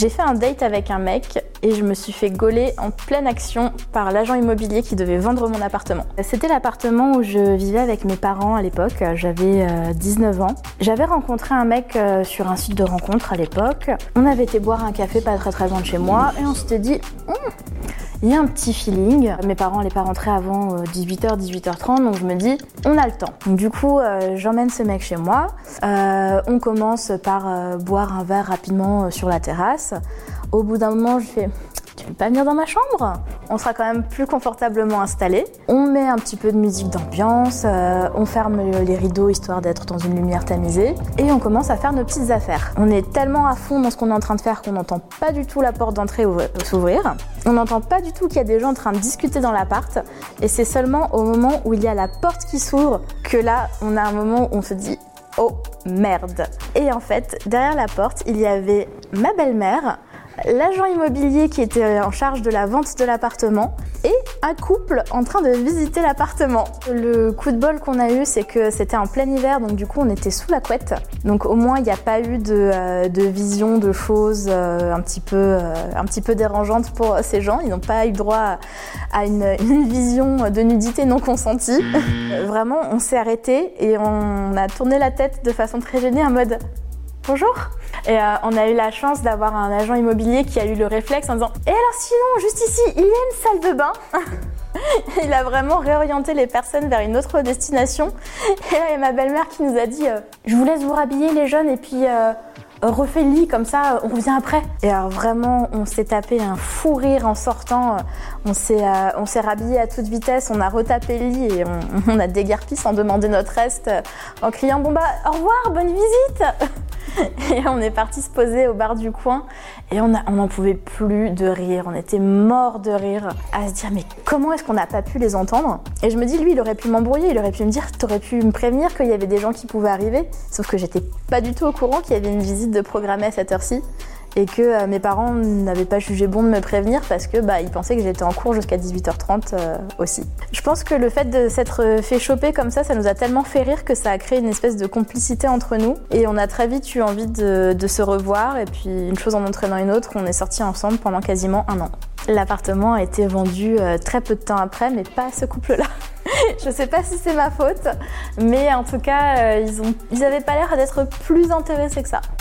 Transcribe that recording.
J'ai fait un date avec un mec et je me suis fait gauler en pleine action par l'agent immobilier qui devait vendre mon appartement. C'était l'appartement où je vivais avec mes parents à l'époque, j'avais 19 ans. J'avais rencontré un mec sur un site de rencontre à l'époque. On avait été boire un café pas très loin de chez moi et on s'était dit il y a un petit feeling. Mes parents n'allaient pas rentrer avant 18h, 18h30, donc je me dis, on a le temps. Donc du coup, j'emmène ce mec chez moi. On commence par boire un verre rapidement sur la terrasse. Au bout d'un moment, je fais, tu veux pas venir dans ma chambre ? On sera quand même plus confortablement installés. On met un petit peu de musique d'ambiance, on ferme les rideaux histoire d'être dans une lumière tamisée et on commence à faire nos petites affaires. On est tellement à fond dans ce qu'on est en train de faire qu'on n'entend pas du tout la porte d'entrée s'ouvrir. On n'entend pas du tout qu'il y a des gens en train de discuter dans l'appart et c'est seulement au moment où il y a la porte qui s'ouvre que là, on a un moment où on se dit « Oh merde !» Et en fait, derrière la porte, il y avait ma belle-mère, l'agent immobilier qui était en charge de la vente de l'appartement et un couple en train de visiter l'appartement. Le coup de bol qu'on a eu, c'est que c'était en plein hiver, donc du coup on était sous la couette. Donc au moins il n'y a pas eu de vision de choses un petit peu dérangeantes pour ces gens. Ils n'ont pas eu droit à une vision de nudité non consentie. Vraiment, on s'est arrêté et on a tourné la tête de façon très gênée en mode « Bonjour !» Et on a eu la chance d'avoir un agent immobilier qui a eu le réflexe en disant « Et alors sinon, juste ici, il y a une salle de bain ?» Il a vraiment réorienté les personnes vers une autre destination. Et là, il y a ma belle-mère qui nous a dit « Je vous laisse vous rhabiller les jeunes et puis refais le lit, comme ça, on revient après. » Et alors vraiment, on s'est tapé un fou rire en sortant. On s'est rhabillé à toute vitesse, on a retapé le lit et on a déguerpi sans demander notre reste en criant « Bon bah, au revoir, bonne visite !» Et on est parti se poser au bar du coin et on n'en pouvait plus de rire, on était morts de rire à se dire mais comment est-ce qu'on n'a pas pu les entendre ? Et je me dis lui il aurait pu m'embrouiller, il aurait pu me dire t'aurais pu me prévenir qu'il y avait des gens qui pouvaient arriver, sauf que j'étais pas du tout au courant qu'il y avait une visite de programmée à cette heure-ci et que mes parents n'avaient pas jugé bon de me prévenir parce que ils pensaient que j'étais en cours jusqu'à 18h30 aussi. Je pense que le fait de s'être fait choper comme ça nous a tellement fait rire que ça a créé une espèce de complicité entre nous et on a très vite eu envie de se revoir et puis une chose en entraînant une autre, on est sortis ensemble pendant quasiment 1 an. L'appartement a été vendu très peu de temps après, mais pas à ce couple-là. Je sais pas si c'est ma faute, mais en tout cas, ils avaient pas l'air d'être plus intéressés que ça.